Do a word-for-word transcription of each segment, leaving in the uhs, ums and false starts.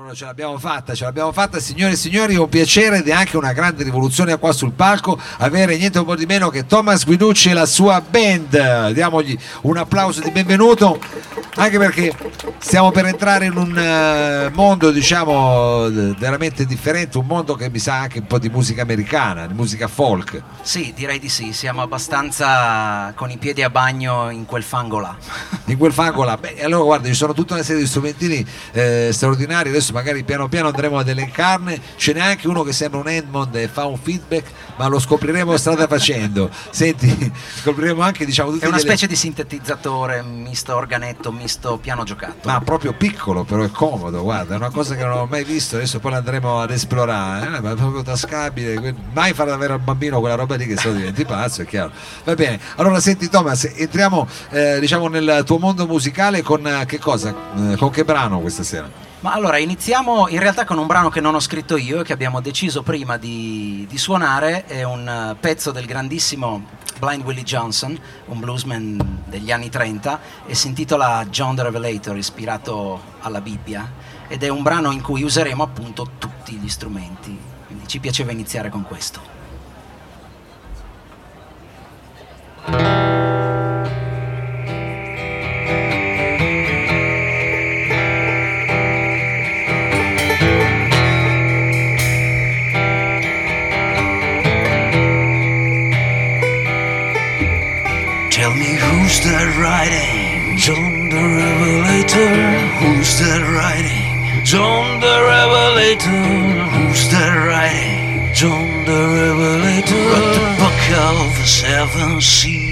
no, ce l'abbiamo fatta, ce l'abbiamo fatta, signore e signori, è un piacere ed è anche una grande rivoluzione qua sul palco avere niente un po' di meno che Thomas Guiducci e la sua band. Diamogli un applauso di benvenuto, anche perché stiamo per entrare in un uh, mondo, diciamo, veramente differente, un mondo che mi sa anche un po' di musica americana, di musica folk. Sì, direi di sì, siamo abbastanza con i piedi a bagno in quel fango là. In quel fango là. Beh, allora guarda, ci sono tutta una serie di strumentini eh, straordinari, adesso magari piano piano andremo ad elencarne, ce n'è anche uno che sembra un Edmond e fa un feedback, ma lo scopriremo strada facendo. Senti, scopriremo anche, diciamo, tutti è una delle... specie di sintetizzatore misto organetto, misto piano giocato. Ma proprio piccolo, però è comodo, guarda, è una cosa che non ho mai visto, adesso poi andremo ad esplorare, eh, ma è proprio tascabile, mai far avere al bambino quella roba lì che se no diventi pazzo, è chiaro. Va bene, allora senti Thomas, entriamo eh, diciamo nel tuo mondo musicale con eh, che cosa, eh, con che brano questa sera? Ma allora iniziamo in realtà con un brano che non ho scritto io e che abbiamo deciso prima di, di suonare, è un pezzo del grandissimo Blind Willie Johnson, un bluesman degli anni trenta, e si intitola John the Revelator, ispirato alla Bibbia, ed è un brano in cui useremo appunto tutti gli strumenti, quindi ci piaceva iniziare con questo. Tell me who's that riding? John the Revelator. Who's that riding? John the Revelator. Who's that riding? John the Revelator. Wrote the book of the seven seas.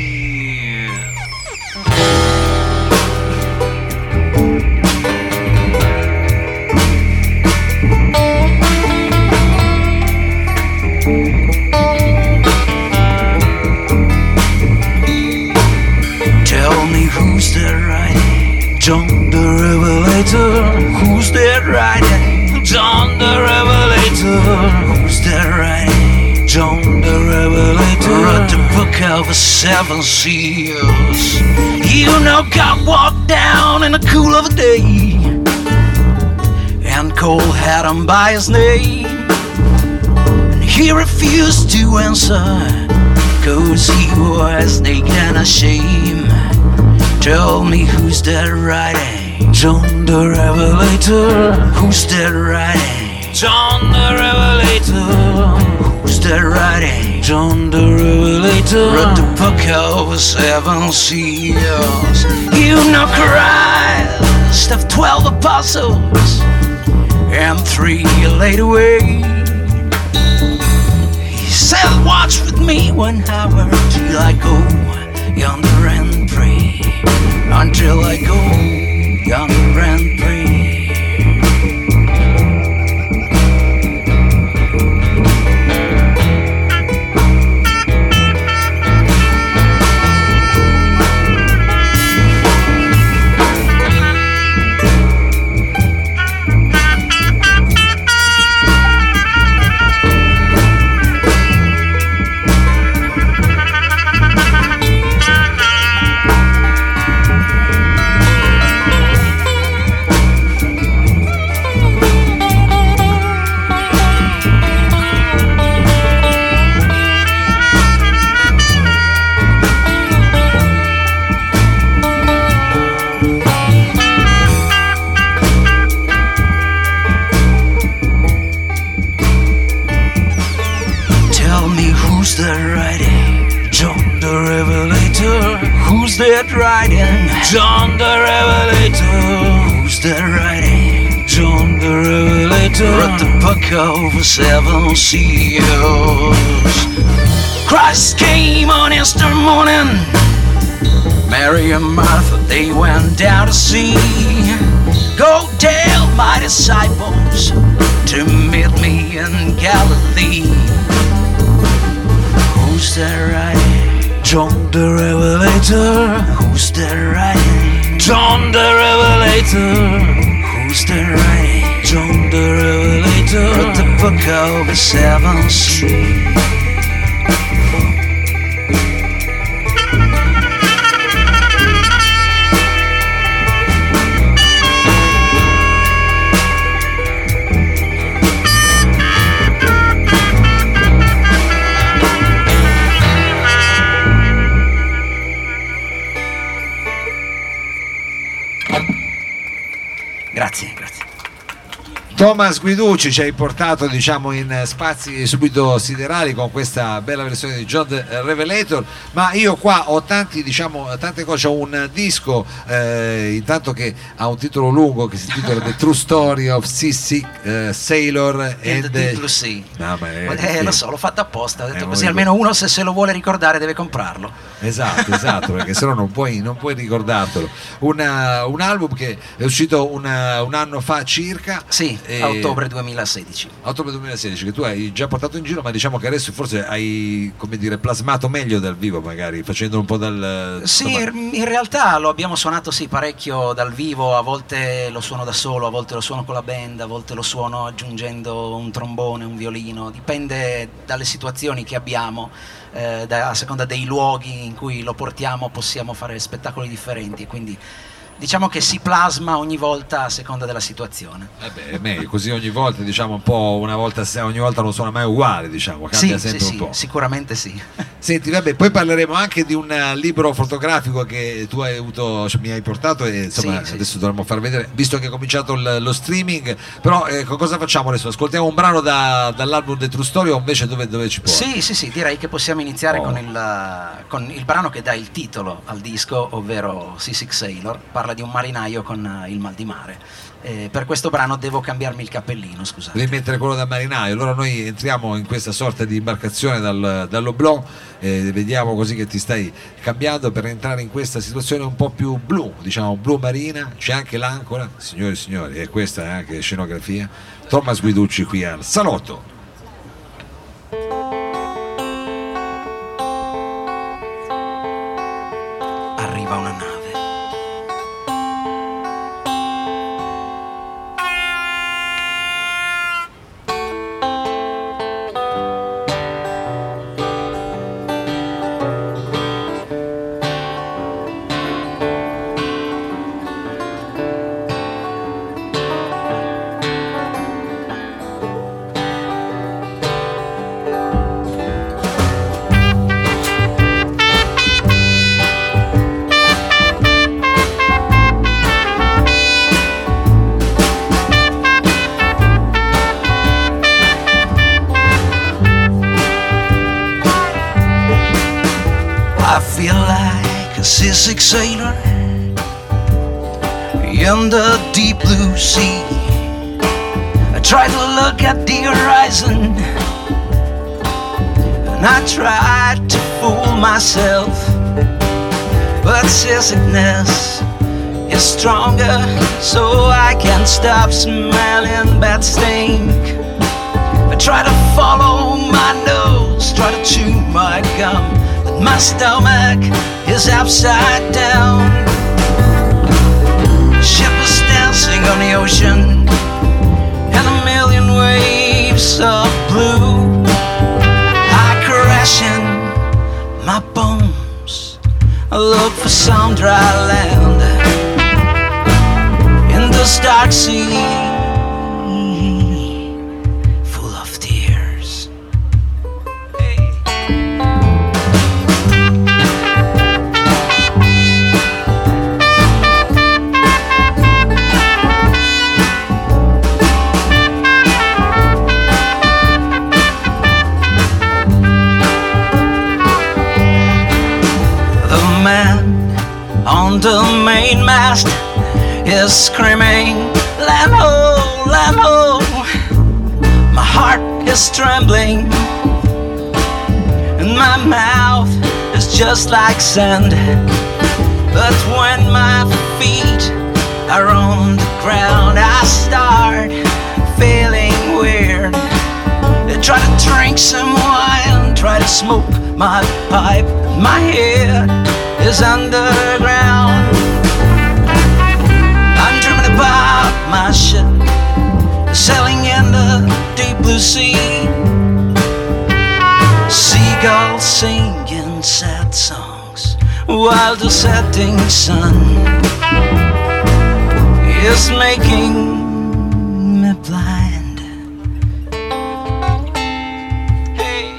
Who's that riding? John the Revelator. Who's that riding? John the Revelator. Who's that riding? John the Revelator. Wrote the book of the seven seals. You know God walked down in the cool of the day, and Cole had him by his name, and he refused to answer, cause he was naked and ashamed. Tell me who's that riding? John the Revelator. Who's that riding? John the Revelator. Who's that riding? John the Revelator. Wrote the book of the seven seals. You know Christ of twelve apostles, and three laid away. He said, watch with me one hour till I go yonder and pray, until I go yonder and pray. That riding? John the Revelator. Who's that riding? John the Revelator. Wrote the book of the seven seals. Christ came on Easter morning. Mary and Martha, they went down to sea. Go tell my disciples to meet me in Galilee. Who's that riding? John the Revelator. Who's that riding? John the Revelator. Who's that riding? John the Revelator. Wrote the book of the seven seals. Thomas Guiducci ci hai portato, diciamo, in spazi subito siderali con questa bella versione di John the Revelator, ma io qua ho tanti, diciamo, tante cose. Ho un disco eh, intanto che ha un titolo lungo che si intitola The True Story of Seasick uh, Sailor and and the Deep Blue Sea. No, ma è, eh, sì. Lo so, l'ho fatto apposta, ho detto Eh, così voi- almeno uno se se lo vuole ricordare deve comprarlo. Esatto, esatto, perché sennò non puoi, non puoi ricordartelo. Una- un album che è uscito una- un anno fa circa. Sì, e- a ottobre duemilasedici. ottobre duemilasedici, che tu hai già portato in giro, ma diciamo che adesso forse hai, come dire, plasmato meglio dal vivo, magari facendo un po' dal... Sì, insomma, in realtà lo abbiamo suonato sì parecchio dal vivo, a volte lo suono da solo, a volte lo suono con la band, a volte lo suono aggiungendo un trombone, un violino, dipende dalle situazioni che abbiamo, eh, da- a seconda dei luoghi in cui lo portiamo possiamo fare spettacoli differenti e quindi diciamo che si plasma ogni volta a seconda della situazione. eh beh, è meglio, così ogni volta, diciamo, un po' una volta, se ogni volta non suona mai uguale, diciamo, cambia Sì, sì, sempre sì, un po'. sicuramente sì. Senti, vabbè, poi parleremo anche di un eh, libro fotografico che tu hai avuto, cioè, mi hai portato e insomma Sì, sì, adesso sì. dovremmo far vedere, visto che è cominciato il- lo streaming, però eh, co- cosa facciamo adesso? Ascoltiamo un brano da- dall'album The True Story o invece dove, dove ci porta? Sì, sì, sì, direi che possiamo iniziare Oh. con, il, con il brano che dà il titolo al disco, ovvero Seasick Sailor. Parla di un marinaio con eh, il mal di mare. Eh, per questo brano devo cambiarmi il cappellino, scusate. Devi mettere quello da marinaio. Allora noi entriamo in questa sorta di imbarcazione dal, dall'Oblò e vediamo così che ti stai cambiando per entrare in questa situazione un po' più blu, diciamo blu marina. C'è anche l'ancora, signori e signori, e questa è anche scenografia. Thomas Guiducci qui al salotto. Arriva una nave. I feel like a seasick sailor in the deep blue sea. I try to look at the horizon and I try to fool myself, but seasickness is stronger, so I can't stop smelling bad stink. I try to follow my nose, try to chew my gum, but my stomach is upside down. Ship is dancing on the ocean, and a million waves of blue are crashing my bones. I look for some dry land in this dark sea, full of tears. Hey. The man on the mainmast is screaming, land ho, land ho. My heart is trembling and my mouth is just like sand. But when my feet are on the ground, I start feeling weird. I try to drink some wine, try to smoke my pipe. My head is underground. I'm dreaming about my ship sailing in the deep blue sea. Seagulls singing sad songs while the setting sun is making me blind. Hey.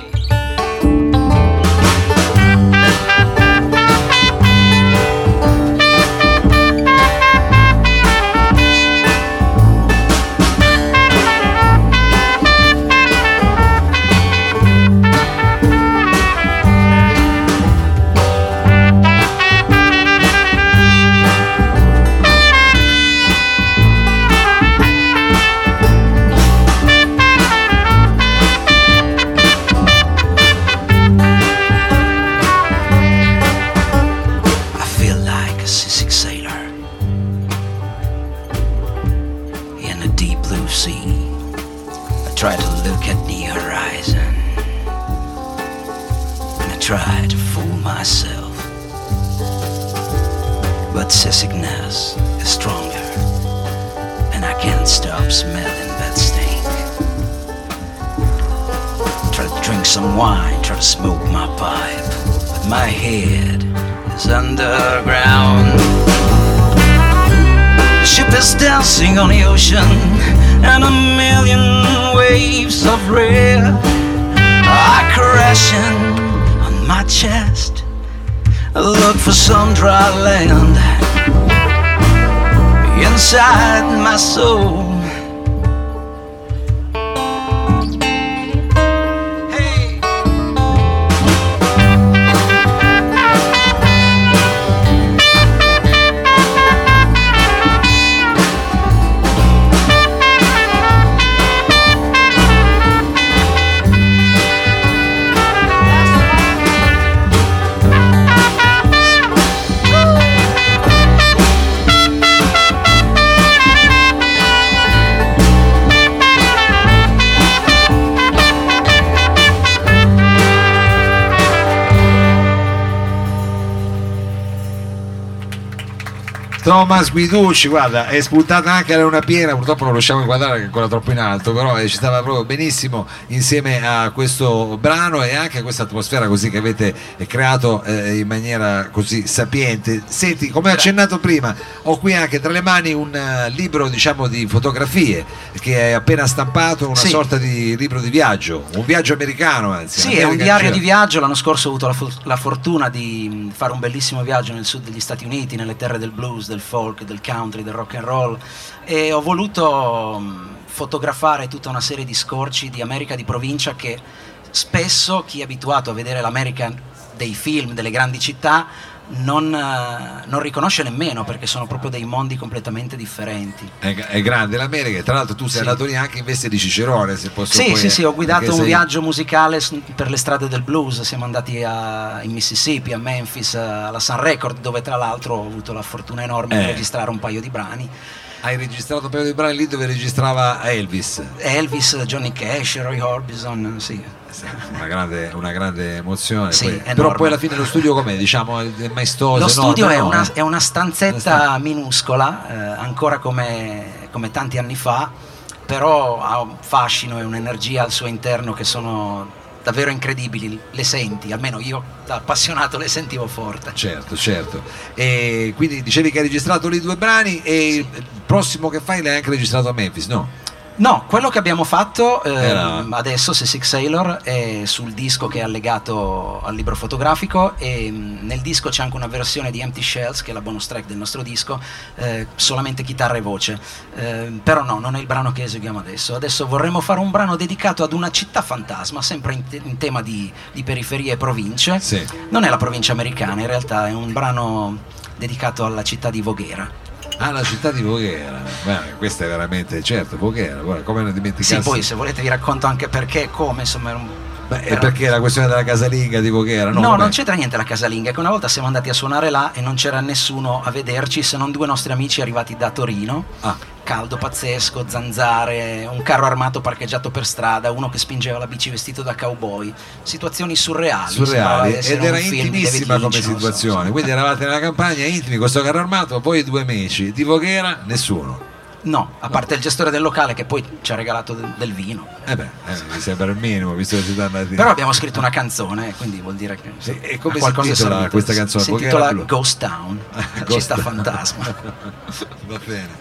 try to look at the horizon, and I try to fool myself, but seasickness is stronger, and I can't stop smelling that stink. Try to drink some wine, try to smoke my pipe, but my head is underground. The ship is dancing on the ocean, and a million waves of red are crashing on my chest. I look for some dry land inside my soul. Thomas Guiducci, guarda, è spuntata anche la luna piena, purtroppo non riusciamo a inquadrare perché è ancora troppo in alto, però ci stava proprio benissimo insieme a questo brano e anche a questa atmosfera così che avete creato eh, in maniera così sapiente. Senti, come accennato prima, ho qui anche tra le mani un uh, libro, diciamo, di fotografie che è appena stampato, una sì. sorta di libro di viaggio, un viaggio americano, anzi. Sì, è un diario di viaggio. L'anno scorso ho avuto la, fo- la fortuna di fare un bellissimo viaggio nel sud degli Stati Uniti, nelle terre del blues, del folk, del country, del rock and roll, e ho voluto mh, fotografare tutta una serie di scorci di America di provincia che spesso chi è abituato a vedere l'America dei film, delle grandi città, non, uh, non riconosce nemmeno, perché sono proprio dei mondi completamente differenti. È, è grande l'America, tra l'altro tu sei sì. andato lì anche in veste di Cicerone, se posso. Sì, poi, sì, sì, ho guidato un sei... viaggio musicale per le strade del blues, siamo andati a, in Mississippi, a Memphis, alla Sun Record, dove tra l'altro ho avuto la fortuna enorme eh. di registrare un paio di brani. Hai registrato un paio di brani lì dove registrava Elvis? Elvis, Johnny Cash, Roy Orbison, sì. Una grande, una grande emozione, Sì, poi. enorme. Però poi alla fine lo studio com'è? Diciamo, è maestoso? Lo studio enorme, è, no? una, è una stanzetta Una stanza. minuscola, eh, ancora come, come tanti anni fa, però ha un fascino e un'energia al suo interno che sono davvero incredibili, le senti, almeno io da appassionato le sentivo forte. Certo, certo. E quindi dicevi che hai registrato lì due brani e il prossimo che fai l'hai anche registrato a Memphis, no? No, quello che abbiamo fatto eh, Era- adesso, Seasick Sailor, è sul disco che è allegato al libro fotografico, e mh, nel disco c'è anche una versione di Empty Shells, che è la bonus track del nostro disco, eh, solamente chitarra e voce. Eh, però no, non è il brano che eseguiamo adesso. Adesso vorremmo fare un brano dedicato ad una città fantasma, sempre in, te- in tema di, di periferie e province. Sì. Non è la provincia americana, in realtà è un brano dedicato alla città di Voghera. Ah, la città di Voghera. Guarda, questa è veramente, certo, Voghera, guarda, come non dimenticarsi. Sì, poi se volete vi racconto anche perché e come, insomma, era un... Beh, è era- perché la questione della casalinga di Voghera, no? No, vabbè. non c'entra niente la casalinga, è che una volta siamo andati a suonare là e non c'era nessuno a vederci se non due nostri amici arrivati da Torino. Ah, Caldo pazzesco, zanzare, un carro armato parcheggiato per strada, uno che spingeva la bici vestito da cowboy, situazioni surreali. sembrava surreali, essere ed era un film di David intimissima Lynch, come non so, situazione, insomma. quindi eravate nella campagna intimi con questo carro armato, voi due amici, di Voghera nessuno. No, a parte il gestore del locale che poi ci ha regalato del, del vino. Eh beh, eh, mi sembra il minimo, visto che siete andati. Però abbiamo scritto una canzone, quindi vuol dire che E- e come a qualcosa si intitola è servito. questa canzone? Si Voghera intitola Blu. Ghost Town, la Ghost città Town. fantasma. Va bene.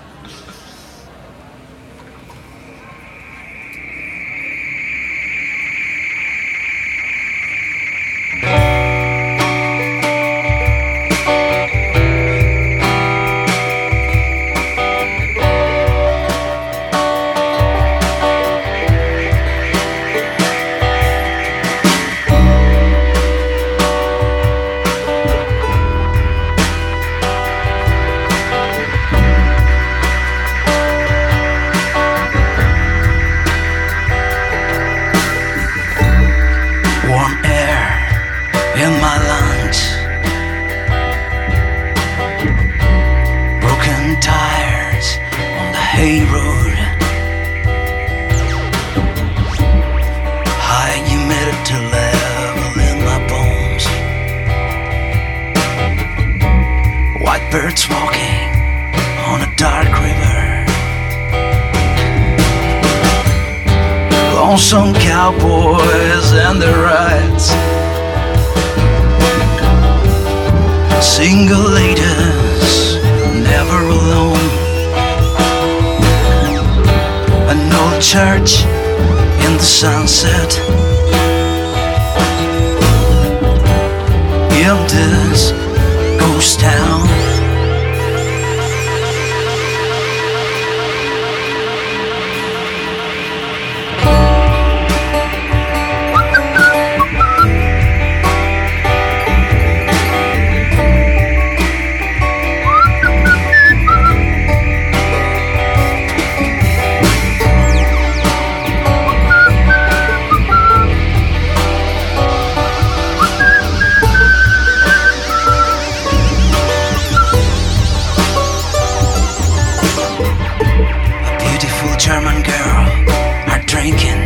shepherds walking on a dark river, lonesome cowboys and their rides, single ladies never alone, an old church in the sunset, in this ghost town. German girl are drinking,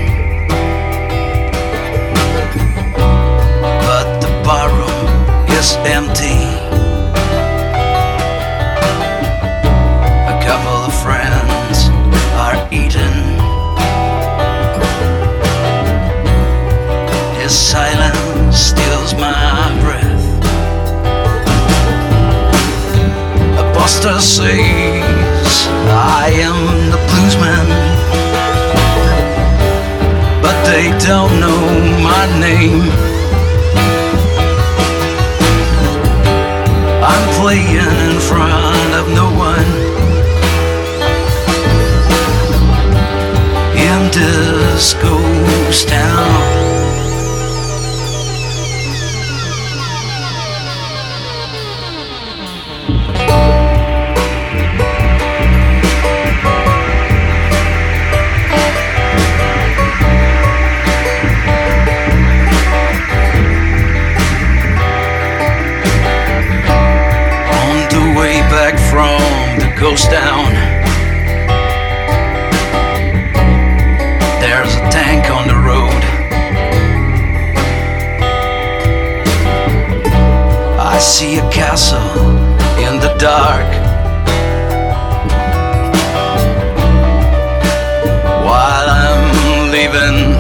but the barroom is empty. A couple of friends are eating. His silence steals my breath. A buster says I am the bluesman, but they don't know my name. I'm playing in front of no one in this ghost town. Back from the ghost town, there's a tank on the road. I see a castle in the dark, while I'm leaving.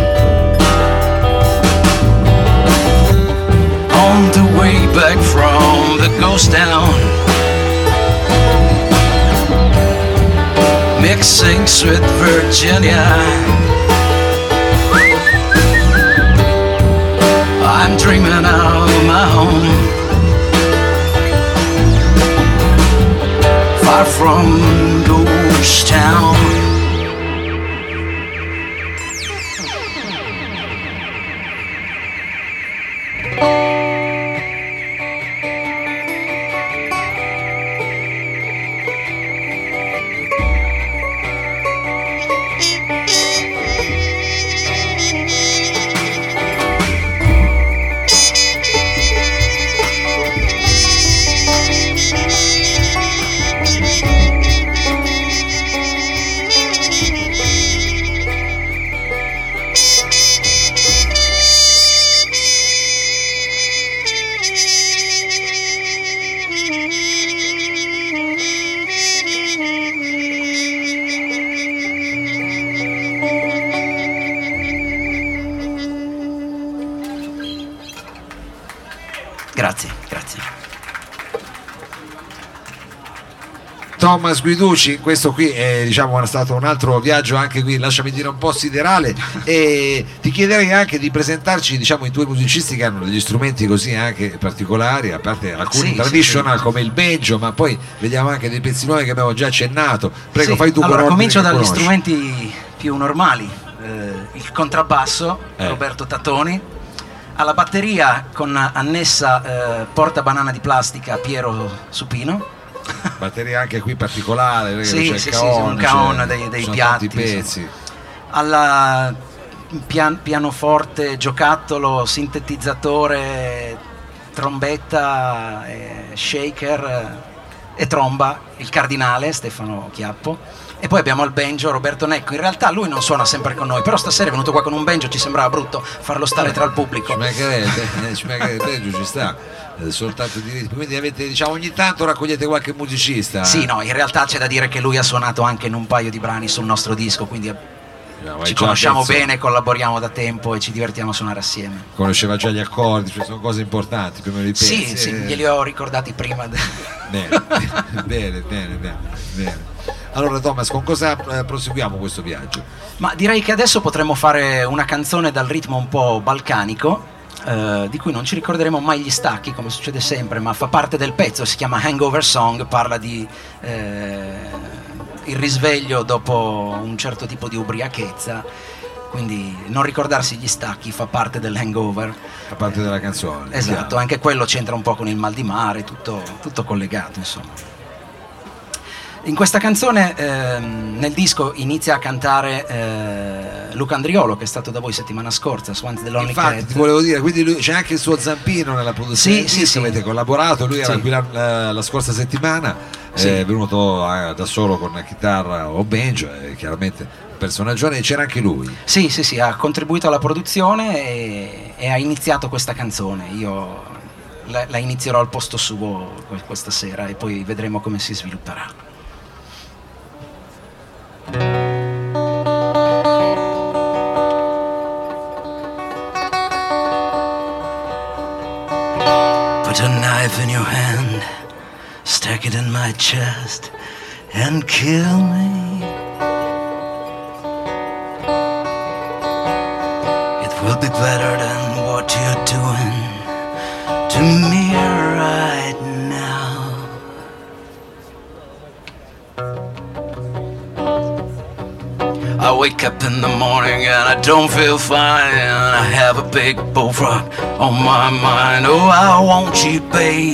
On the way back from the ghost town, mixing with Virginia, I'm dreaming of my home, far from ghost town. Grazie, grazie. Thomas Guiducci, questo qui è, diciamo, è stato un altro viaggio anche qui, lasciami dire, un po' siderale, e ti chiederei anche di presentarci, diciamo, i tuoi musicisti che hanno degli strumenti così anche particolari, a parte alcuni sì, traditional sì, sì. come il banjo, ma poi vediamo anche dei pezzi nuovi che abbiamo già accennato. Prego, Sì. fai tu. Allora, con comincio dagli conosci. strumenti più normali, eh, il contrabbasso, Eh. Roberto Tatoni, alla batteria con annessa eh, portabanana di plastica Piero Supino. Batteria anche qui particolare, perché Sì, c'è sì, il sì, caon, sì, un caon c'è- dei- dei sono piatti, tanti pezzi. Alla pian- pianoforte, giocattolo, sintetizzatore, trombetta, eh, shaker eh, e tromba, il cardinale Stefano Chiappo. E poi abbiamo al banjo Roberto Necco. In realtà lui non suona sempre con noi, però stasera è venuto qua con un banjo, ci sembrava brutto farlo stare tra il pubblico. Ci mancherebbe, ci mancherebbe, il banjo ci sta, eh, soltanto di ritmo. Quindi avete, diciamo, ogni tanto raccogliete qualche musicista. Sì, no, in realtà c'è da dire che lui ha suonato anche in un paio di brani sul nostro disco, quindi No, ci conosciamo bene, collaboriamo da tempo e ci divertiamo a suonare assieme. Conosceva già gli accordi, cioè sono cose importanti prima dei pezzi. Sì, sì, glieli ho ricordati prima. De... Bene, bene, bene, bene, bene. Allora Thomas, con cosa eh, proseguiamo questo viaggio? Ma direi che adesso potremmo fare una canzone dal ritmo un po' balcanico, eh, di cui non ci ricorderemo mai gli stacchi, come succede sempre, ma fa parte del pezzo, si chiama Hangover Song, parla di eh, il risveglio dopo un certo tipo di ubriachezza, quindi non ricordarsi gli stacchi fa parte del hangover. Fa parte della canzone. Esatto, chiaro. anche quello c'entra un po' con il mal di mare, tutto, tutto collegato, insomma. In questa canzone ehm, nel disco inizia a cantare eh, Luca Andriolo, che è stato da voi settimana scorsa, Swans the Lonely Infatti Cat. ti volevo dire, quindi lui, c'è anche il suo zampino nella produzione Sì, del sì, disco, sì. avete collaborato, lui era Sì. qui la, la- la scorsa settimana, Sì. è venuto eh, da solo con una chitarra o banjo, è chiaramente un personaggio, e c'era anche lui. Sì, sì, sì, ha contribuito alla produzione e, e ha iniziato questa canzone. Io la, la inizierò al posto suo que- questa sera e poi vedremo come si svilupperà. Put a knife in your hand, stick it in my chest, and kill me. It will be better than what you're doing to me right now. I wake up in the morning and I don't feel fine. I have a big bullfrog on my mind. Oh, I want you, baby.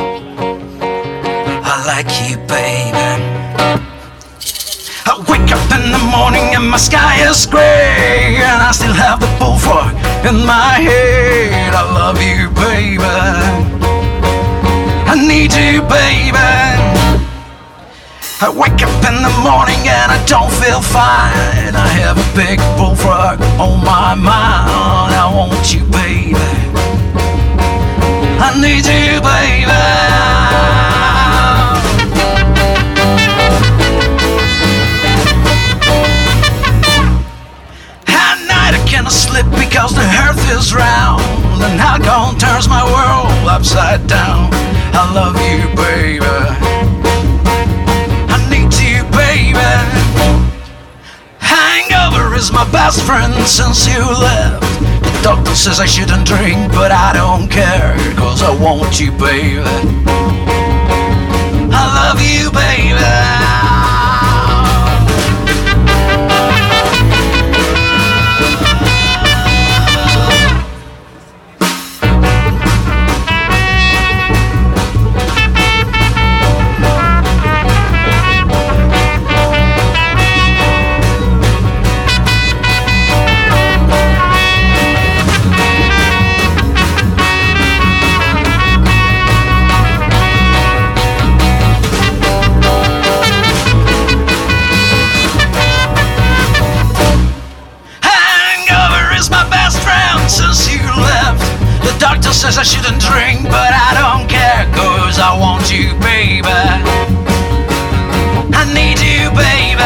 I like you, baby. I wake up in the morning and my sky is gray, and I still have the bullfrog in my head. I love you, baby. I need you, baby. I wake up in the morning and I don't feel fine. I have a big bullfrog on my mind. I want you, baby. I need you, baby. At night I cannot sleep because the earth is round, and alcohol turns my world upside down. I love you, baby. Baby, hangover is my best friend since you left. The doctor says I shouldn't drink, but I don't care, cause I want you, baby. I love you, baby. Says I shouldn't drink, but I don't care, cause I want you, baby. I need you, baby.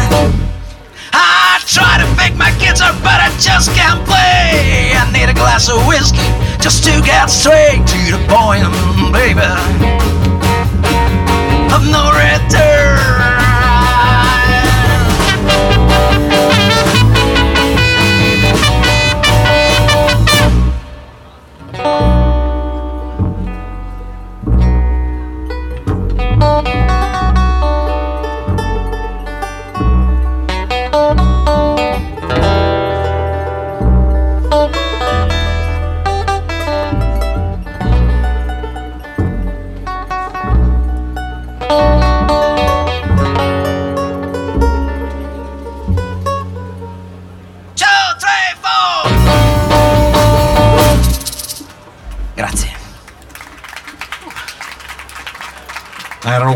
I try to pick my kids up, but I just can't play. I need a glass of whiskey just to get straight to the point, baby, of no return.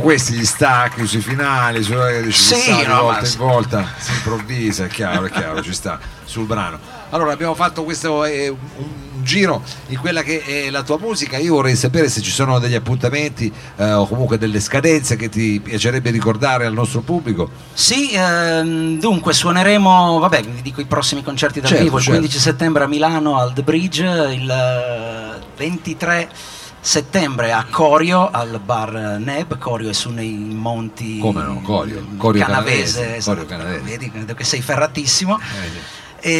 questi gli stacchi sui finali, su, eh, Sì, si sa, di no, volta ma in sì. volta si improvvisa, è chiaro, è chiaro, ci sta sul brano. Allora abbiamo fatto questo eh, un, un giro in quella che è la tua musica. Io vorrei sapere se ci sono degli appuntamenti eh, o comunque delle scadenze che ti piacerebbe ricordare al nostro pubblico. Sì, ehm, dunque suoneremo, vabbè, vi dico i prossimi concerti dal Certo, vivo, il certo. quindici settembre a Milano al The Bridge, il eh, ventitré settembre a Corio al bar Neb. Corio è su nei monti, Come no, Corio, Corio Canavese, Canavese, esatto. Corio Canavese. Vedi, credo che sei ferratissimo. Eh, sì.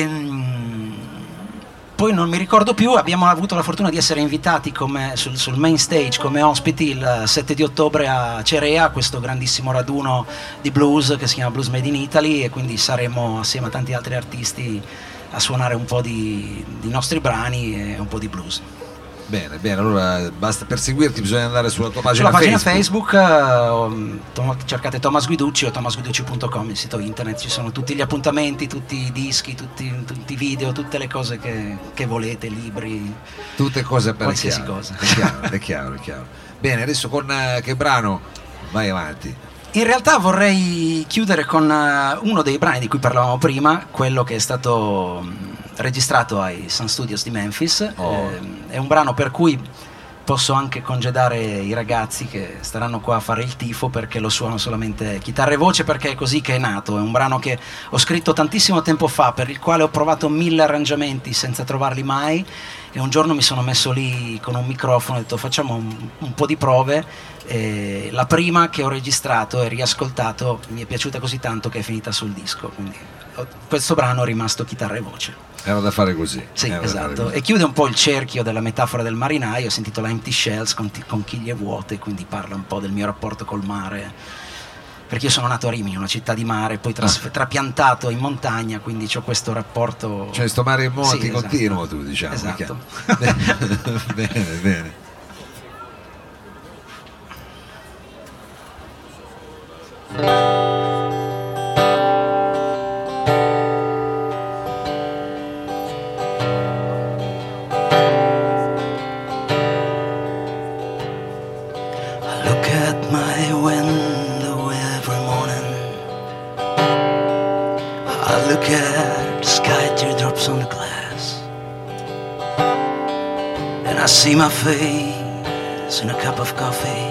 Ehm, poi non mi ricordo più, abbiamo avuto la fortuna di essere invitati come, sul, sul main stage come ospiti il sette di ottobre a Cerea, questo grandissimo raduno di blues che si chiama Blues Made in Italy, e quindi saremo assieme a tanti altri artisti a suonare un po' di, di nostri brani e un po' di blues. Bene, bene, allora basta, per seguirti bisogna andare sulla tua pagina Sulla pagina Facebook. Facebook, eh, tom- cercate Thomas Guiducci o thomas guiducci punto com, il sito internet, ci sono tutti gli appuntamenti, tutti i dischi, tutti, tutti i video, tutte le cose che, che volete, libri, Tutte cose per qualsiasi chiaro, cosa. È chiaro, è chiaro, è chiaro. Bene, adesso con eh, che brano vai avanti? In realtà vorrei chiudere con eh, uno dei brani di cui parlavamo prima, quello che è stato mh, registrato ai Sun Studios di Memphis. Oh. Eh, è un brano per cui posso anche congedare i ragazzi che staranno qua a fare il tifo, perché lo suono solamente chitarra e voce, perché è così che è nato. È un brano che ho scritto tantissimo tempo fa, per il quale ho provato mille arrangiamenti senza trovarli mai, e un giorno mi sono messo lì con un microfono e ho detto facciamo un, un po' di prove. E la prima che ho registrato e riascoltato mi è piaciuta così tanto che è finita sul disco, quindi ho- questo brano è rimasto chitarra e voce. Era da fare così. Sì, era da fare esatto, così. e chiude un po' il cerchio della metafora del marinaio. Si intitola Empty Shells, con, ti- con chiglie vuote, quindi parla un po' del mio rapporto col mare, perché io sono nato a Rimini, una città di mare, poi tras- Ah. trapiantato in montagna, quindi ho questo rapporto. Cioè sto mare in monti Sì, esatto. continuo, tu diciamo. Esatto. Bene, bene, bene. I look at my window every morning. I look at the sky, teardrops on the glass, and I see my face in a cup of coffee.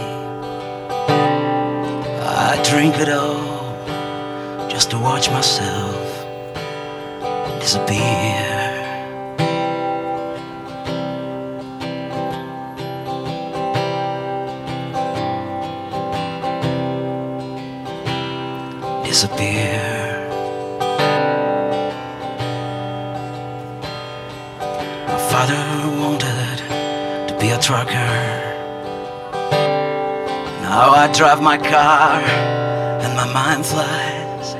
I drink it all just to watch myself disappear. Disappear. My father wanted to be a trucker. Now I drive my car and my mind flies.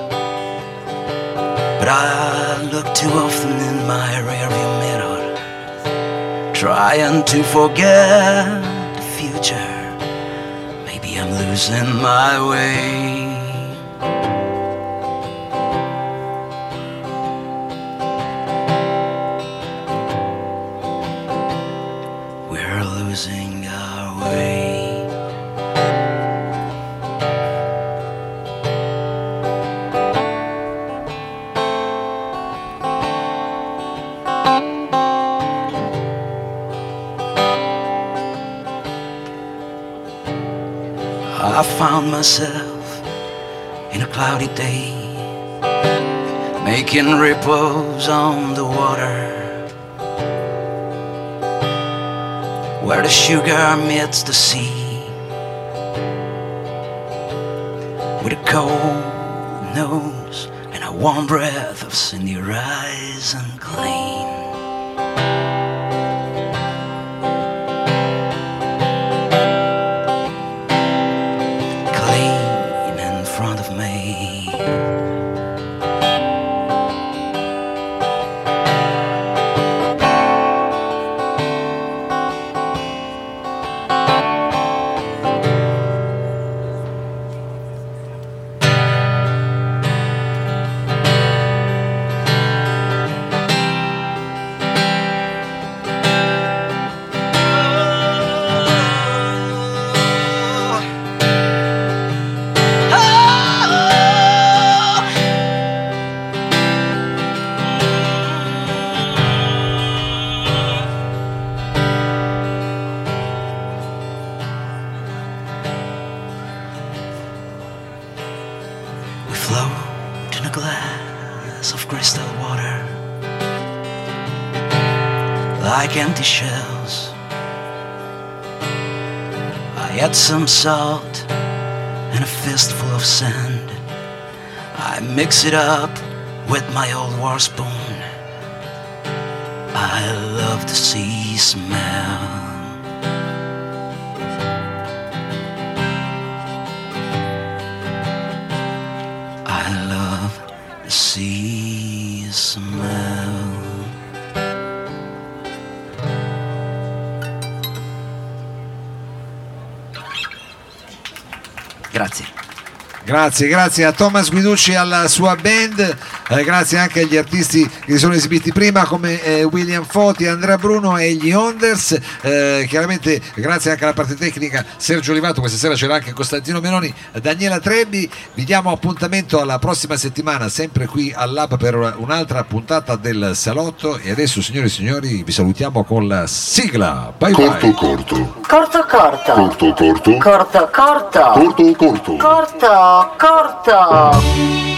But I look too often in my rearview mirror, trying to forget the future. Maybe I'm losing my way. We're losing our way. I found myself in a cloudy day, making ripples on the water, where the sugar meets the sea, with a cold nose and a warm breath of Cindy Rise and Clean. Clean in front of me. water like empty shells. I add some salt and a fistful of sand. I mix it up with my old war spoon. I love the sea smell. I love the sea smell. Grazie. Grazie, grazie a Thomas Guiducci e alla sua band, eh, grazie anche agli artisti che si sono esibiti prima come eh, William Foti, Andrea Bruno e gli Onders, eh, chiaramente grazie anche alla parte tecnica Sergio Olivato, questa sera c'era anche Costantino Meloni, Daniela Trebbi. Vi diamo appuntamento alla prossima settimana sempre qui al Lab per un'altra puntata del Salotto e adesso signori e signori vi salutiamo con la sigla. Bye Corto bye. corto. Corto corto. Corto corto. Corto corto. Corto corto. Corto corto.